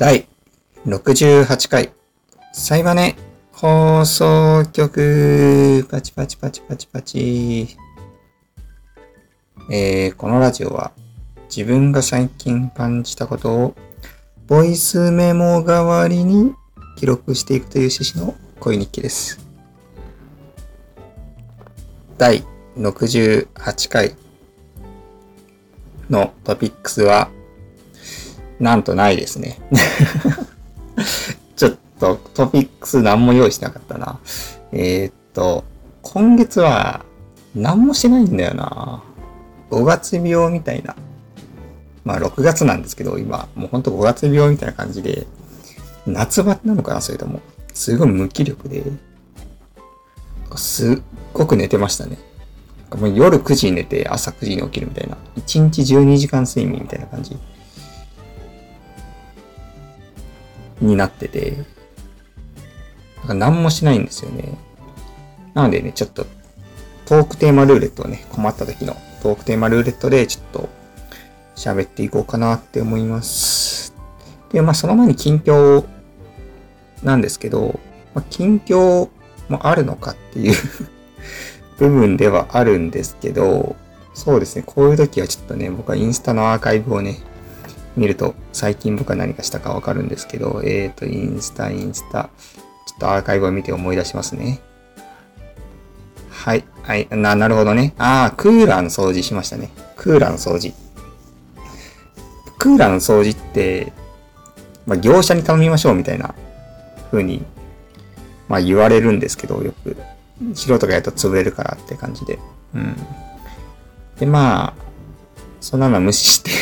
第68回サイバネ放送局パチパチパチパチパチ、このラジオは自分が最近感じたことをボイスメモ代わりに記録していくという趣旨の声日記です。第68回のトピックスはなんとないですね。ちょっとトピックス何も用意しなかったな。今月は何もしてないんだよな。5月病みたいな。まあ6月なんですけど、今、もうほんと5月病みたいな感じで、夏バテなのかな、それとも。すごい無気力で、すっごく寝てましたね。もう夜9時に寝て朝9時に起きるみたいな。1日12時間睡眠みたいな感じになってて、何もしないんですよね。なのでね、ちょっとトークテーマルーレットをね、困った時のトークテーマルーレットでちょっと喋っていこうかなって思います。で、その前に近況なんですけど、近況もあるのかっていう部分ではあるんですけど、そうですね、こういう時はちょっとね、僕はインスタのアーカイブをね、見ると最近僕は何かしたかわかるんですけど、インスタ、ちょっとアーカイブを見て思い出しますね。はい、なるほどね。クーラーの掃除しましたね。クーラーの掃除って、業者に頼みましょうみたいな風に、言われるんですけど、よく。素人がやると潰れるからって感じで。で、そんなのは無視して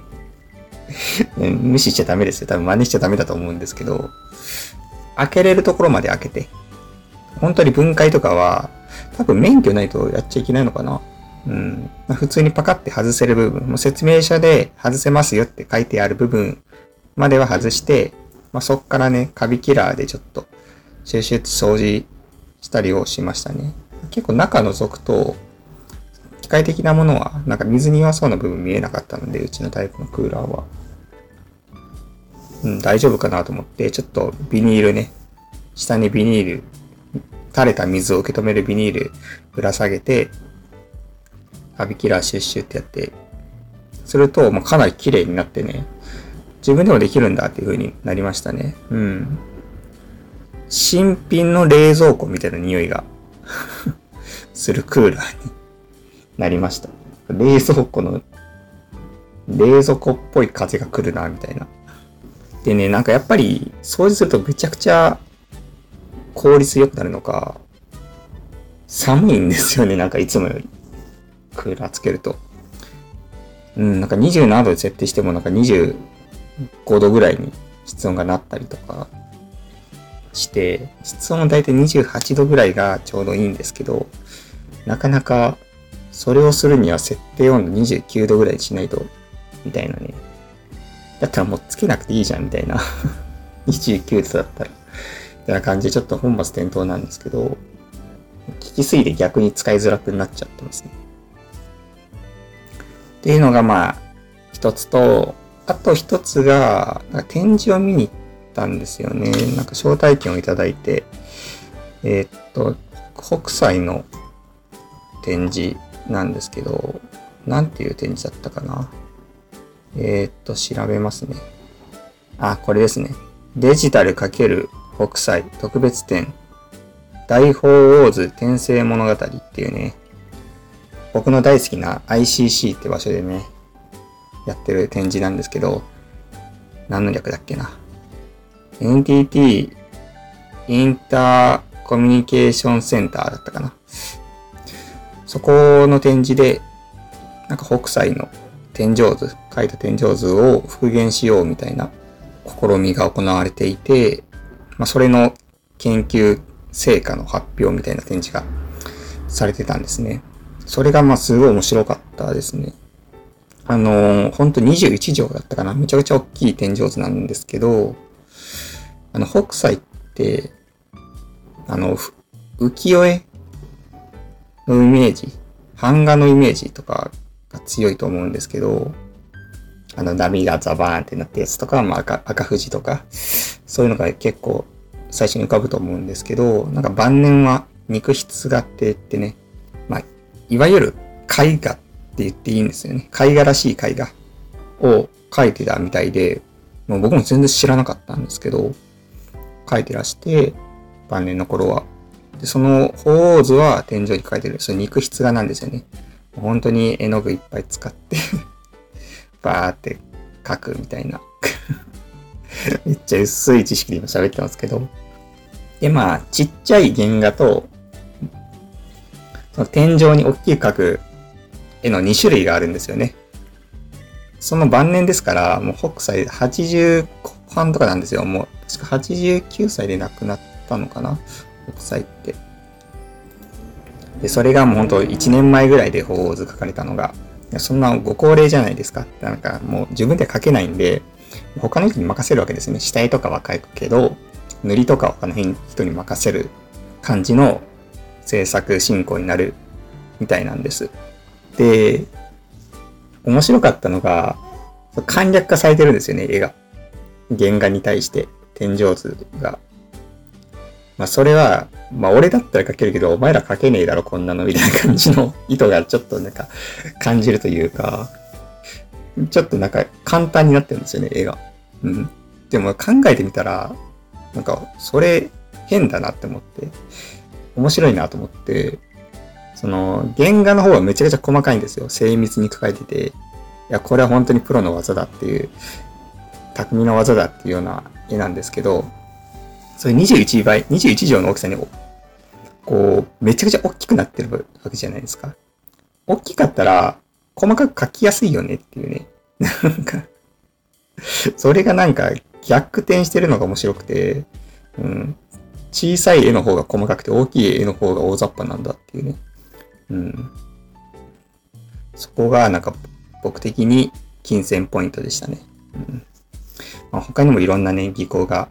無視しちゃダメですよ。多分真似しちゃダメだと思うんですけど、開けれるところまで開けて。本当に分解とかは、多分免許ないとやっちゃいけないのかな。普通にパカって外せる部分、もう説明書で外せますよって書いてある部分までは外して、そっからね、カビキラーでちょっとシュシュッと掃除したりをしましたね。結構中覗くと、機械的なものは、なんか水に弱そうな部分見えなかったので、うちのタイプのクーラーは。大丈夫かなと思って、ちょっとビニールね、下にビニール、垂れた水を受け止めるビニールぶら下げて、カビキラーシュッシュってやって、すると、かなり綺麗になってね、自分でもできるんだっていう風になりましたね。新品の冷蔵庫みたいな匂いがするクーラーになりました。冷蔵庫っぽい風が来るな、みたいな。でね、なんかやっぱり掃除するとめちゃくちゃ効率良くなるのか、寒いんですよね、なんかいつもより。クーラーつけると。なんか27度で設定してもなんか25度ぐらいに室温がなったりとかして、室温はだいたい28度ぐらいがちょうどいいんですけど、なかなかそれをするには設定温度29度ぐらいにしないと、みたいなね。だったらもうつけなくていいじゃん、みたいな。29度だったら。みたいな感じでちょっと本末転倒なんですけど、効きすぎて逆に使いづらくなっちゃってますね。っていうのが一つと、あと一つが、展示を見に行ったんですよね。なんか招待券をいただいて、北斎の展示なんですけど、なんていう展示だったかな。調べますね。これですね。デジタル×北斎特別展大鳳凰図転生物語っていうね、僕の大好きな ICC って場所でね、やってる展示なんですけど、何の略だっけな。NTT インターコミュニケーションセンターだったかな。そこの展示で、なんか北斎の描いた天井図を復元しようみたいな試みが行われていて、それの研究成果の発表みたいな展示がされてたんですね。それがすごい面白かったですね。ほんと21畳だったかな。めちゃくちゃ大きい天井図なんですけど、北斎って、浮世絵のイメージ、版画のイメージとかが強いと思うんですけど、 波がザバーンってなったやつとか、まあ赤富士とか、そういうのが結構最初に浮かぶと思うんですけど、なんか晩年は肉筆画って言ってね、まあ、いわゆる絵画って言っていいんですよね。絵画らしい絵画を描いてたみたいで、もう僕も全然知らなかったんですけど、描いてらして、晩年の頃は。で、その鳳凰図は天井に描いてる。それ肉筆画なんですよね。本当に絵の具いっぱい使ってバーって描くみたいな。めっちゃ薄い知識で今喋ってますけど。で、まあ、ちっちゃい原画と、その天井に大きく描く絵の2種類があるんですよね。その晩年ですから、もう北斎80後半とかなんですよ。もう、確か89歳で亡くなったのかな、北斎って。で、それがもうほんと1年前ぐらいで鳳凰図描かれたのが、そんなご高齢じゃないですか。なんかもう自分で描けないんで、他の人に任せるわけですね。下絵とかは描くけど、塗りとかは他の人に任せる感じの制作進行になるみたいなんです。で、面白かったのが、簡略化されてるんですよね、絵が。原画に対して天井図が。まあそれは、まあ俺だったら描けるけど、お前ら描けねえだろこんなのみたいな感じの意図がちょっとなんか感じるというか、ちょっとなんか簡単になってるんですよね、絵が。うん。でも考えてみたら、なんかそれ変だなって思って、面白いなと思って、その原画の方はめちゃくちゃ細かいんですよ。精密に描いてて、いや、これは本当にプロの技だっていう、匠の技だっていうような絵なんですけど、それ21倍、21畳の大きさに、こう、めちゃくちゃ大きくなってるわけじゃないですか。大きかったら、細かく描きやすいよねっていうね。なんか、それがなんか逆転してるのが面白くて、うん、小さい絵の方が細かくて大きい絵の方が大雑把なんだっていうね。うん、そこがなんか僕的に金銭ポイントでしたね。うんまあ、他にもいろんなね、技巧が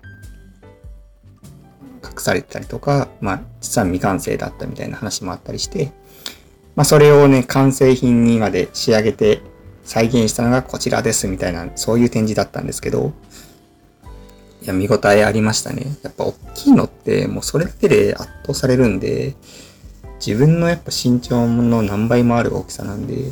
隠されてたりとか、まあ実は未完成だったみたいな話もあったりして、まあそれをね、完成品にまで仕上げて再現したのがこちらですみたいな、そういう展示だったんですけど、いや、見応えありましたね。やっぱ大きいのってもうそれだけで圧倒されるんで、自分のやっぱ身長の何倍もある大きさなんで、うん、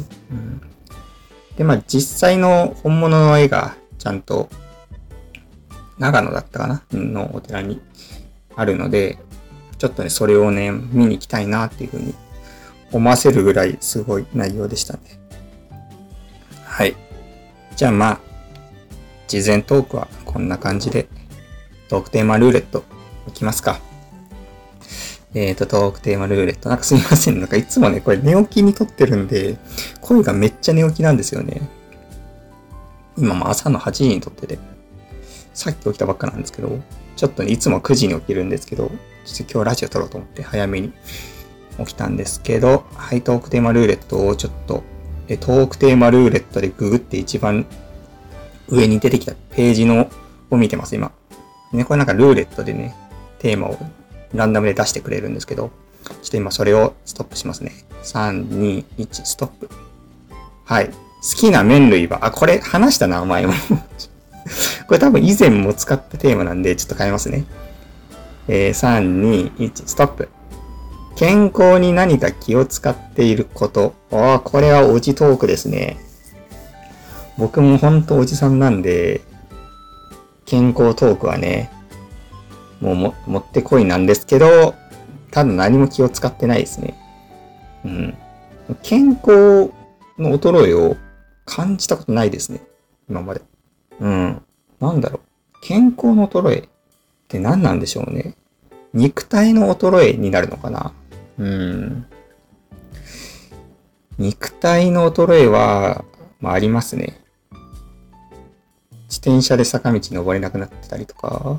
で、まあ実際の本物の絵がちゃんと長野だったかなのお寺にあるので、ちょっとね、それをね、見に行きたいなっていうふうに思わせるぐらいすごい内容でしたね。はい。じゃあまあ、事前トークはこんな感じで、トークテーマルーレットいきますか。トークテーマルーレット。なんかすみません。なんかいつもね、これ寝起きに撮ってるんで、声がめっちゃ寝起きなんですよね。今も朝の8時に撮ってて、さっき起きたばっかなんですけど、ちょっとね、いつも9時に起きるんですけど、ちょっと今日ラジオ撮ろうと思って早めに起きたんですけど、はい、トークテーマルーレットをちょっと、トークテーマルーレットでググって一番上に出てきたページを見てます、今。ね、これなんかルーレットでね、テーマをランダムで出してくれるんですけど、ちょっと今それをストップしますね。3、2、1、ストップ。はい。好きな麺類は、これ話したな、前も。これ多分以前も使ったテーマなんで、ちょっと変えますね。3、2、1、ストップ。健康に何か気を使っていること。これはおじトークですね。僕もほんとおじさんなんで、健康トークはね、もってこいなんですけど、ただ何も気を使ってないですね。うん。健康の衰えを感じたことないですね。今まで。うん。なんだろう。健康の衰えって何なんでしょうね。肉体の衰えになるのかな。肉体の衰えは、まあありますね。自転車で坂道登れなくなってたりとか。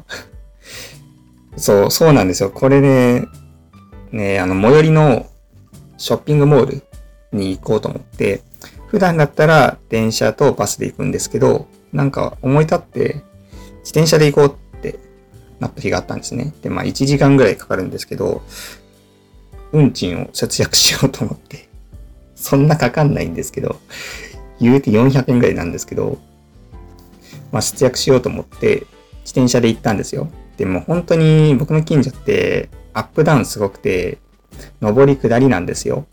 そうなんですよ。これね、最寄りのショッピングモールに行こうと思って、普段だったら電車とバスで行くんですけど、なんか思い立って自転車で行こうってなった日があったんですね。で、まあ1時間ぐらいかかるんですけど、運賃を節約しようと思って、そんなかかんないんですけど、言うて400円ぐらいなんですけど、 節約しようと思って自転車で行ったんですよ。でも本当に僕の近所ってアップダウンすごくて、上り下りなんですよ。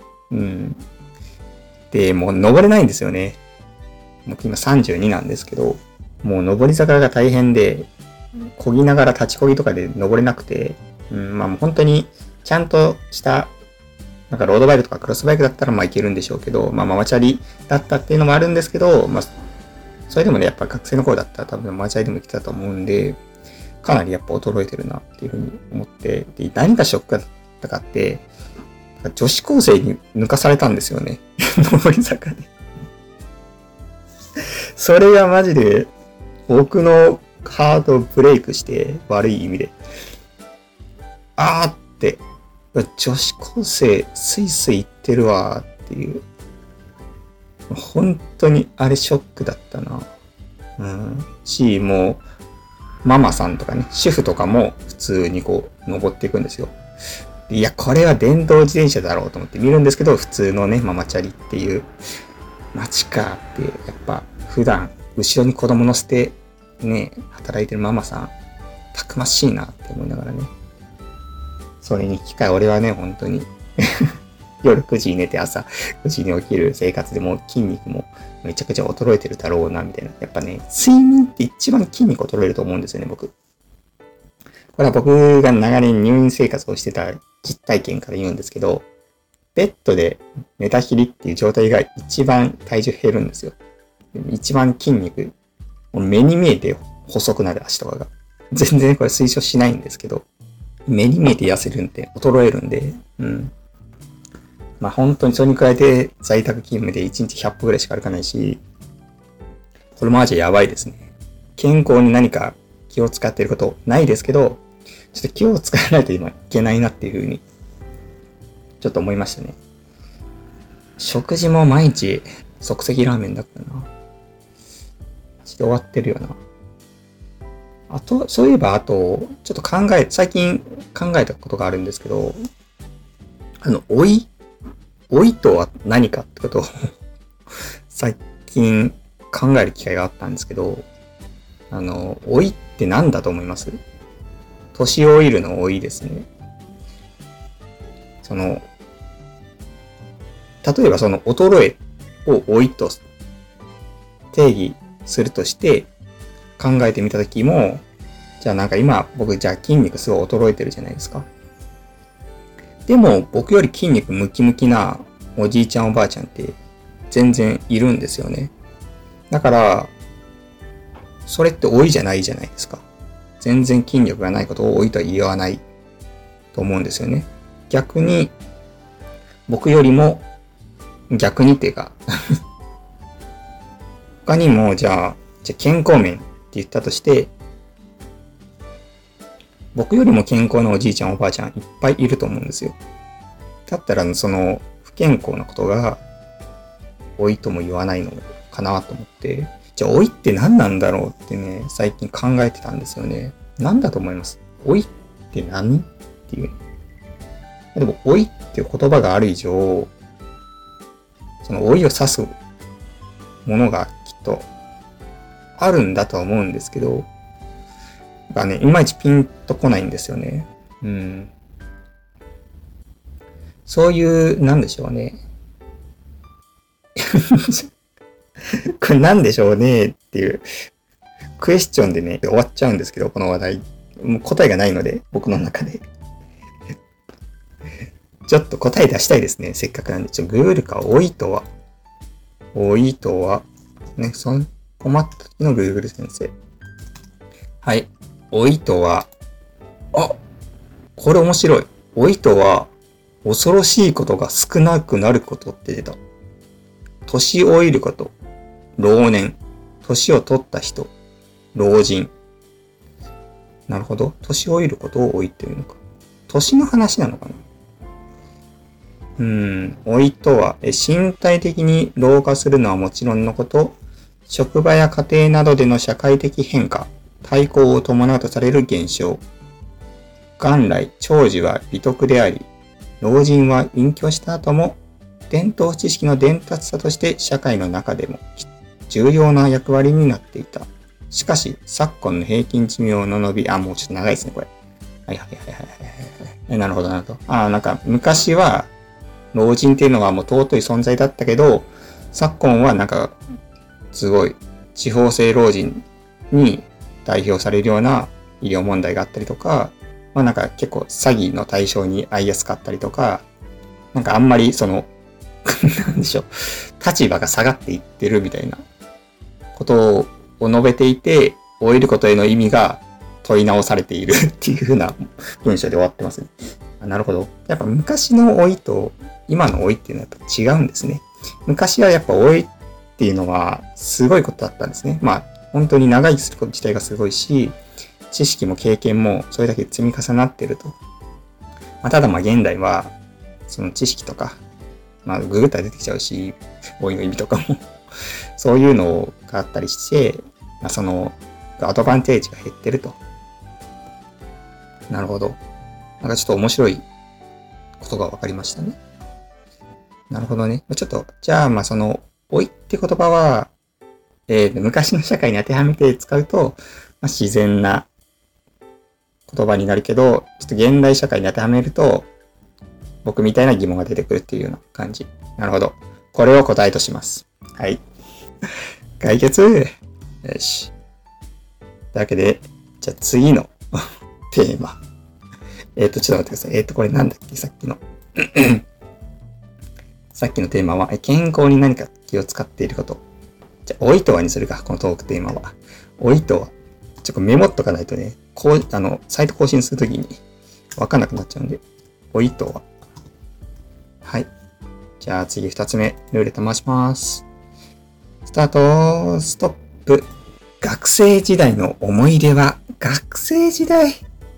で、もう登れないんですよね。僕今32なんですけど、もう上り坂が大変で、漕ぎながら立ち漕ぎとかで登れなくて、もう本当にちゃんとしたロードバイクとかクロスバイクだったら行けるんでしょうけど、ママチャリだったっていうのもあるんですけど、それでもね、やっぱ学生の頃だったら多分ママチャリでも来てたと思うんで、かなりやっぱ衰えてるなっていうふうに思って、で、何がショックだったかって、女子高生に抜かされたんですよね。上り坂で。それがマジで僕のハートをブレイクして、悪い意味で。女子高生スイスイ行ってるわーっていう。本当にあれショックだったな。もう、ママさんとかね、主婦とかも普通に登っていくんですよ。いや、これは電動自転車だろうと思って見るんですけど、普通のね、ママチャリっていう、マジかって、やっぱ普段、後ろに子供乗せて、ね、働いてるママさん、たくましいなって思いながらね。それに引き換え俺はね、本当に夜9時に寝て朝9時に起きる生活でも筋肉もめちゃくちゃ衰えてるだろうな、みたいな。やっぱね、睡眠って一番筋肉衰えると思うんですよね、僕。これは僕が長年入院生活をしてた実体験から言うんですけど、ベッドで寝たきりっていう状態が一番体重減るんですよ。一番筋肉、目に見えて細くなる足とかが。全然これ推奨しないんですけど、目に見えて痩せるんで、衰えるんで、本当にそれに加えて在宅勤務で1日100歩ぐらいしか歩かないし、これマジやばいですね。健康に何か気を使っていることないですけど、ちょっと気を使わないと今いけないなっていうふうに、ちょっと思いましたね。食事も毎日即席ラーメンだったな。マジで終わってるよな。そういえば、ちょっと最近考えたことがあるんですけど、老いとは何かってことを最近考える機会があったんですけど、老いって何だと思います？年老いるの老いですね。例えば衰えを老いと定義するとして考えてみたときも、じゃあ今僕筋肉すごい衰えてるじゃないですか。でも僕より筋肉ムキムキなおじいちゃんおばあちゃんって全然いるんですよね。だから、それって老いじゃないじゃないですか。全然筋力がないことを老いとは言わないと思うんですよね。逆に、僕よりも、逆にっていうか他にもじゃあ健康面って言ったとして、僕よりも健康なおじいちゃんおばあちゃんいっぱいいると思うんですよ。だったら不健康なことが老いとも言わないのかなと思って、じゃあ老いって何なんだろうってね、最近考えてたんですよね。何だと思います？老いって何っていう。でも老いっていう言葉がある以上、その老いを指すものがきっとあるんだとは思うんですけど、いまいちピンとこないんですよね。そういう、なんでしょうね。これなんでしょうねっていうクエスチョンでね、終わっちゃうんですけど、この話題。もう答えがないので、僕の中で。ちょっと答え出したいですね。せっかくなんで。グーグルか、老いとは。ね、困った時のグーグル先生。はい。老いとは、これ面白い。老いとは、恐ろしいことが少なくなることって出た。年老いること、老年、年を取った人、老人。なるほど。年老いることを老いっていうのか。年の話なのかな。老いとは、身体的に老化するのはもちろんのこと、職場や家庭などでの社会的変化、対抗を伴うとされる現象。元来、長寿は美徳であり、老人は隠居した後も、伝統知識の伝達者として社会の中でも重要な役割になっていた。 しかし、昨今の平均寿命の伸び、もうちょっと長いですね、これ。はいはいはいはいはい。なるほどなるほど。なんか昔は、老人っていうのはもう尊い存在だったけど、昨今はなんか、すごい、地方性老人に代表されるような医療問題があったりとか、なんか結構詐欺の対象に遭いやすかったりとか、なんかあんまりなんでしょう、立場が下がっていってるみたいなことを述べていて、老いることへの意味が問い直されているっていう風な文章で終わってますね。なるほど。やっぱ昔の老いと今の老いっていうのはやっぱ違うんですね。昔はやっぱ老いっていうのはすごいことだったんですね。本当に長生きすること自体がすごいし、知識も経験もそれだけ積み重なっていると。ただ現代はその知識とか、ググったら出てきちゃうし、老いの意味とかもそういうのがあったりして、そのアドバンテージが減ってると。なるほど。なんかちょっと面白いことが分かりましたね。なるほどね。ちょっと、じゃあその老いって言葉は、昔の社会に当てはめて使うと、自然な言葉になるけど、ちょっと現代社会に当てはめると、僕みたいな疑問が出てくるっていうような感じ。なるほど。これを答えとします。はい。解決。よし。というわけで、じゃあ次のテーマ。ちょっと待ってください。これなんだっけさっきの。さっきのテーマは、健康に何か気を使っていること。じゃあ、老いとはにするか、このトークテーマは。老いとは。ちょっとメモっとかないとね、サイト更新するときにわかんなくなっちゃうんで。老いとは。はい。じゃあ次2つ目、ルーレット回します。スタート、ストップ。学生時代の思い出は、学生時代。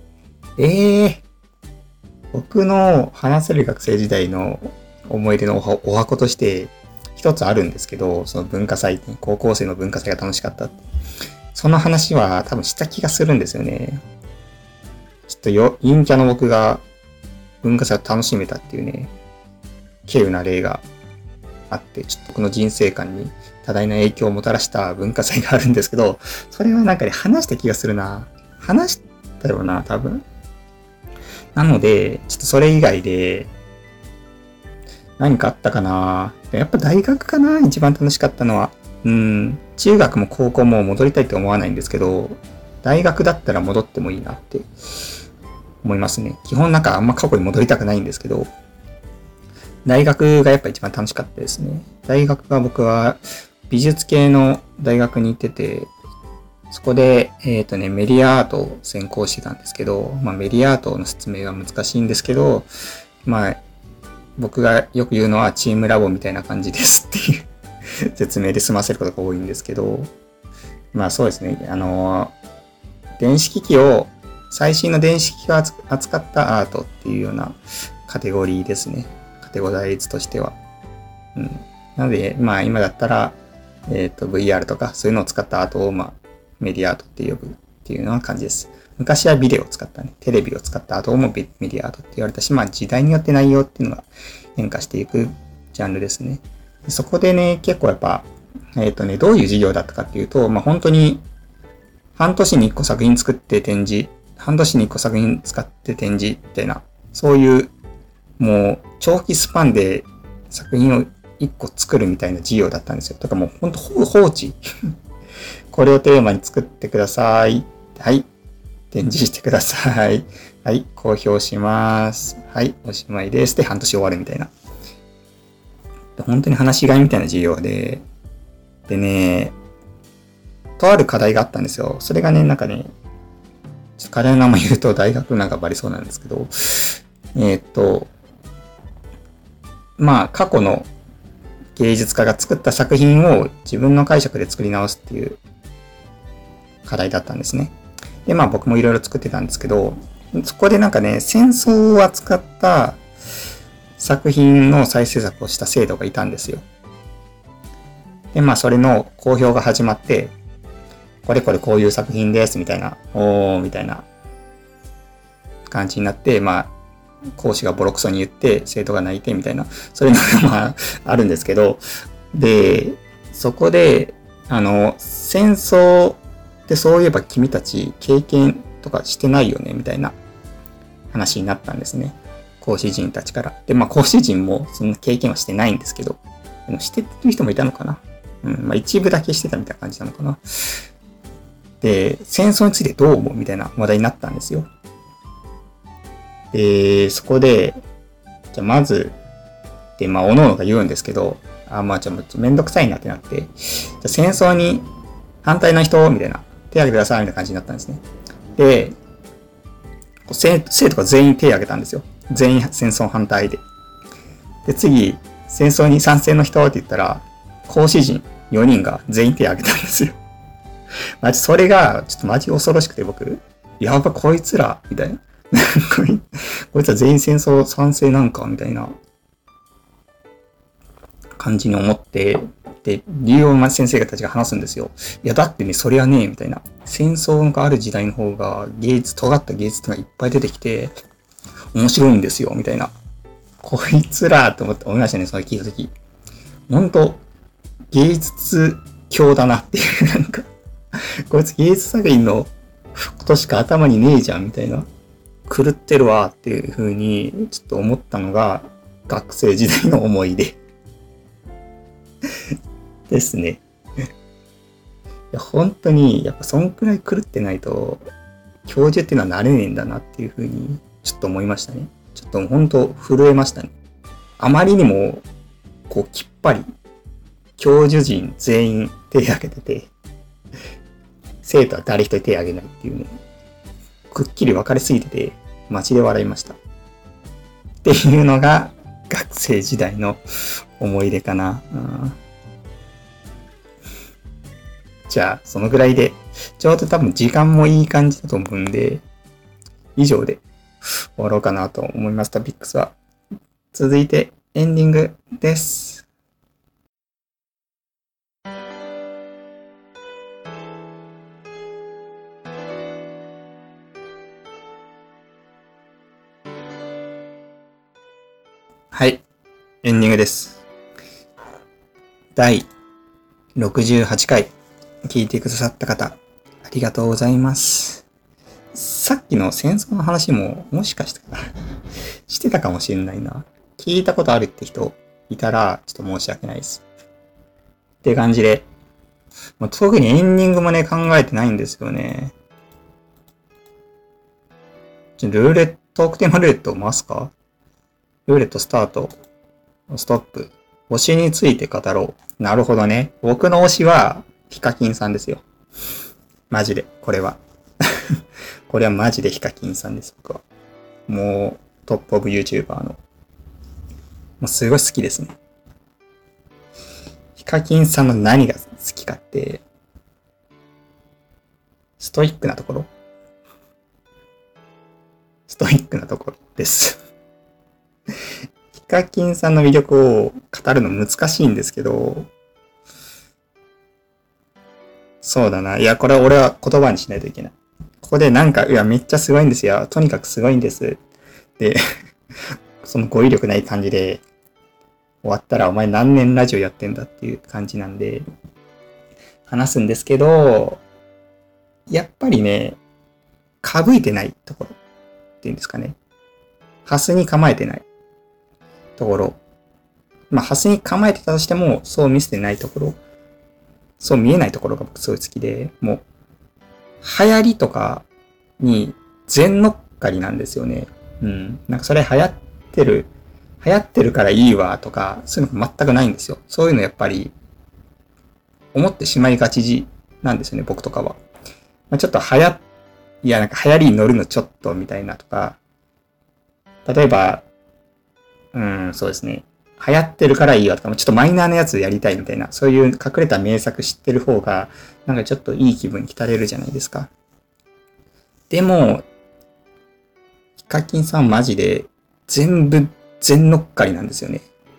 僕の話せる学生時代の思い出のお箱として一つあるんですけど、その文化祭、高校生の文化祭が楽しかったって。その話は多分した気がするんですよね。ちょっと陰キャの僕が文化祭を楽しめたっていうね、稀有な例があって、ちょっと僕の人生観に多大な影響をもたらした文化祭があるんですけど、それはなんかね、話した気がするな。話したよな、多分。なので、ちょっとそれ以外で、何かあったかな。やっぱ大学かな、一番楽しかったのは。中学も高校も戻りたいと思わないんですけど、大学だったら戻ってもいいなって思いますね。基本なんかあんま過去に戻りたくないんですけど、大学がやっぱ一番楽しかったですね。大学が僕は美術系の大学に行ってて、そこで、メディアアートを専攻してたんですけど、メディアアートの説明は難しいんですけど、僕がよく言うのはチームラボみたいな感じですっていう説明で済ませることが多いんですけど、そうですね。最新の電子機器を扱ったアートっていうようなカテゴリーですね。カテゴライズとしては。なので、今だったら、VR とかそういうのを使ったアートを、メディアアートって呼ぶっていうような感じです。昔はビデオを使ったね、テレビを使ったアートもメディアアートって言われたし、時代によって内容っていうのが変化していくジャンルですね。そこでね、結構やっぱ、どういう授業だったかっていうと、本当に、半年に1個作品作って展示、半年に1個作品使って展示みたいな、そういう、もう、長期スパンで作品を1個作るみたいな授業だったんですよ。だからもう本当放置。これをテーマに作ってください。はい。展示してください。はい。公表します。はい。おしまいです。で、半年終わるみたいな。本当に話しがいみたいな授業で、でね、とある課題があったんですよ。それがね、課題の名前言うと大学なんかバレそうなんですけど、過去の芸術家が作った作品を自分の解釈で作り直すっていう課題だったんですね。で、僕もいろいろ作ってたんですけど、そこで戦争を扱った作品の再制作をした生徒がいたんですよ。で、それの公表が始まって、これこういう作品です、みたいな、みたいな感じになって、講師がボロクソに言って、生徒が泣いて、みたいな、そういうのがあるんですけど、で、そこで、戦争で、そういえば君たち経験とかしてないよね、みたいな話になったんですね。講師陣たちから。で、講師陣もそんな経験はしてないんですけど、でもしてる人もいたのかな。一部だけしてたみたいな感じなのかな。で、戦争についてどう思うみたいな話題になったんですよ。で、そこで、じゃあまず、で、各々が言うんですけど、じゃあもうめんどくさいなってなって、じゃあ戦争に反対の人みたいな、手挙げてくださいみたいな感じになったんですね。で、生徒が全員手挙げたんですよ。全員戦争反対で。で、次、戦争に賛成の人って言ったら、講師陣4人が全員手挙げたんですよ。それが、ちょっとマジ恐ろしくて僕、やばこいつら、みたいな。こいつら全員戦争賛成なんか、みたいな感じに思って、で、理由を先生たちが話すんですよ。いや、だってね、そりゃね、みたいな。戦争がある時代の方が、尖った芸術がいっぱい出てきて、面白いんですよ、みたいな。こいつらと思いましたね、それ聞いたとき。ほんと、芸術教だなっていう、なんか、こいつ芸術作品のことしか頭にねえじゃん、みたいな。狂ってるわ、っていう風に、ちょっと思ったのが、学生時代の思い出。ですね。いや、本当に、やっぱそんくらい狂ってないと、教授っていうのはなれねえんだなっていう風に、ちょっと思いましたね。ちょっと本当震えましたね。あまりにも、きっぱり、教授陣全員手挙げてて、生徒は誰一人手挙げないっていうね、くっきり分かれすぎてて、街で笑いました。っていうのが、学生時代の思い出かな。じゃあ、そのぐらいで、ちょうど多分時間もいい感じだと思うんで、以上で終わろうかなと思います、トピックスは。続いて、エンディングです。はい、エンディングです。第68回聞いてくださった方、ありがとうございます。さっきの戦争の話ももしかしたらしてたかもしれないな。聞いたことあるって人いたらちょっと申し訳ないです。って感じで、特にエンディングもね考えてないんですよね。ルーレット、トークテーマルーレットを回すか？ルーレットスタート、ストップ。推しについて語ろう。なるほどね。僕の推しは、ヒカキンさんですよ。マジで。これは。これはマジでヒカキンさんです、僕は。もう、トップオブ YouTuber の。もうすごい好きですね。ヒカキンさんの何が好きかって、ストイックなところ。ストイックなところです。ヒカキンさんの魅力を語るの難しいんですけど、そうだな。いや、これ俺は言葉にしないといけない。ここでなんか、いや、めっちゃすごいんですよ。とにかくすごいんです。で、その語彙力ない感じで、終わったらお前何年ラジオやってんだっていう感じなんで、話すんですけど、やっぱりね、かぶいてないところっていうんですかね。ハスに構えてないところ。ハスに構えてたとしても、そう見せてないところ。そう見えないところが僕すごい好きで、もう、流行りとかに全乗っかりなんですよね。なんかそれ流行ってるからいいわとか、そういうの全くないんですよ。そういうのやっぱり、思ってしまいがちなんですよね、僕とかは。ちょっとなんか流行りに乗るのちょっとみたいなとか、例えば、そうですね。流行ってるからいいわとか、ちょっとマイナーなやつやりたいみたいな、そういう隠れた名作知ってる方が、なんかちょっといい気分に浸れるじゃないですか。でも、ヒカキンさんマジで全乗っかりなんですよね。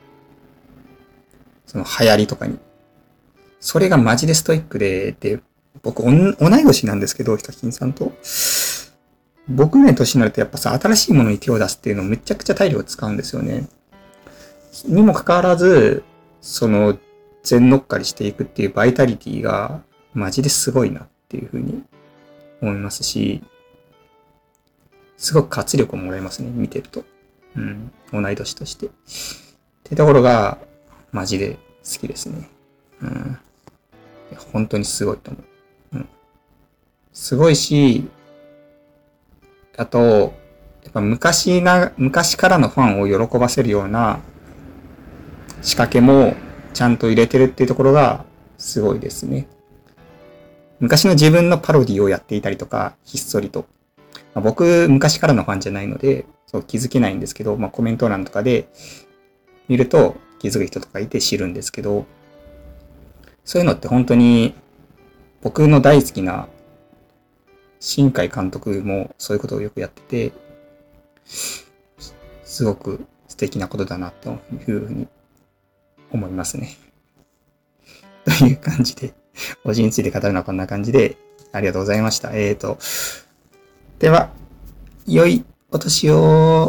その流行りとかに。それがマジでストイックで、僕同い年なんですけど、ヒカキンさんと。僕ね、年になるとやっぱさ、新しいものに手を出すっていうのめちゃくちゃ体力使うんですよね。にもかかわらず、その、全乗っかりしていくっていうバイタリティが、マジですごいなってっていうふうに思いますし、すごく活力をもらえますね、見てると。同い年として。ってところが、マジで好きですね。本当にすごいと思う。すごいし、あと、やっぱ昔からのファンを喜ばせるような仕掛けもちゃんと入れてるっていうところがすごいですね。昔の自分のパロディをやっていたりとか、ひっそりと。僕、昔からのファンじゃないので、そう気づけないんですけど、コメント欄とかで見ると気づく人とかいて知るんですけど、そういうのって本当に僕の大好きな新海監督もそういうことをよくやってて、すごく素敵なことだなというふうに思いますね。という感じで、推しについて語るのはこんな感じで、ありがとうございました。では、良いお年を。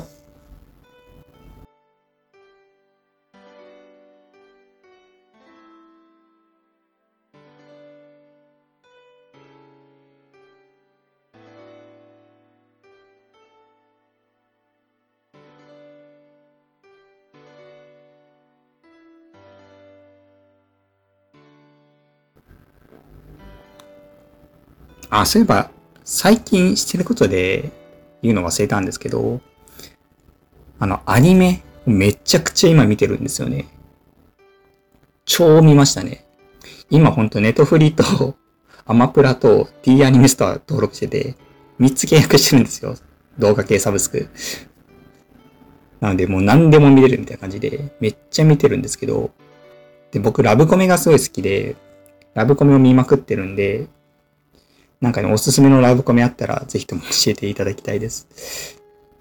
そういえば、最近してることで言うの忘れたんですけど、アニメ、めちゃくちゃ今見てるんですよね。超見ましたね。今ほんとネトフリとアマプラと D アニメストア登録してて、3つ契約してるんですよ。動画系サブスク。なのでもう何でも見れるみたいな感じで、めっちゃ見てるんですけど、で、僕ラブコメがすごい好きで、ラブコメを見まくってるんで、なんかね、おすすめのラブコメあったら、ぜひとも教えていただきたいです。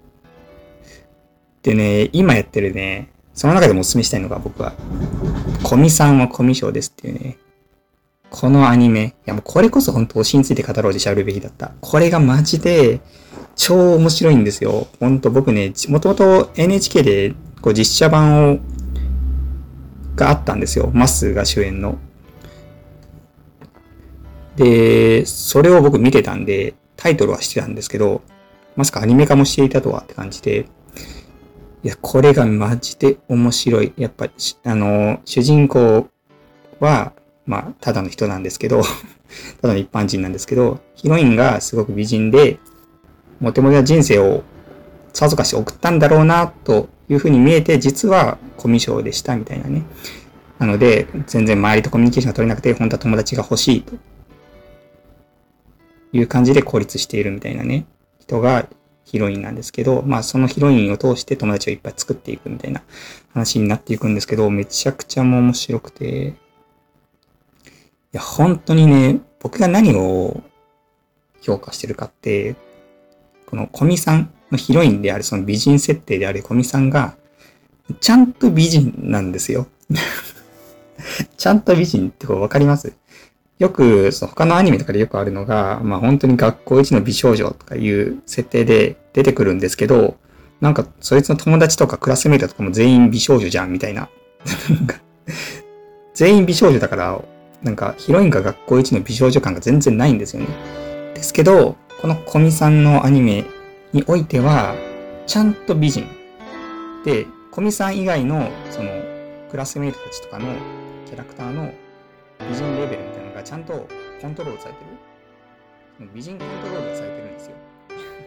でね、今やってるね、その中でもおすすめしたいのが僕は、コミさんはコミショウですっていうね、このアニメ、いやもうこれこそ本当推しについて語ろうで喋るべきだった。これがマジで超面白いんですよ。本当僕ね、もともと NHK でこう実写版があったんですよ。マスが主演の。で、それを僕見てたんで、タイトルはしてたんですけど、まさかアニメ化もしていたとはって感じで、いや、これがマジで面白い。やっぱ、主人公は、ただの人なんですけど、ただの一般人なんですけど、ヒロインがすごく美人で、モテモテな人生をさぞかし送ったんだろうな、というふうに見えて、実はコミュ障でしたみたいなね。なので、全然周りとコミュニケーションが取れなくて、本当は友達が欲しいという感じで孤立しているみたいなね、人がヒロインなんですけど、そのヒロインを通して友達をいっぱい作っていくみたいな話になっていくんですけど、めちゃくちゃも面白くて、いや、本当にね、僕が何を評価してるかって、このコミさんのヒロインである、その美人設定であるコミさんが、ちゃんと美人なんですよ。ちゃんと美人ってわかります？よく、他のアニメとかでよくあるのが、本当に学校一の美少女とかいう設定で出てくるんですけど、なんか、そいつの友達とかクラスメイトとかも全員美少女じゃんみたいな。全員美少女だから、なんかヒロインが学校一の美少女感が全然ないんですよね。ですけど、このコミさんのアニメにおいては、ちゃんと美人。で、コミさん以外の、クラスメイトたちとかのキャラクターの美人レベルみたいなのがちゃんとコントロールされてる。美人コントロールがされてるんですよ。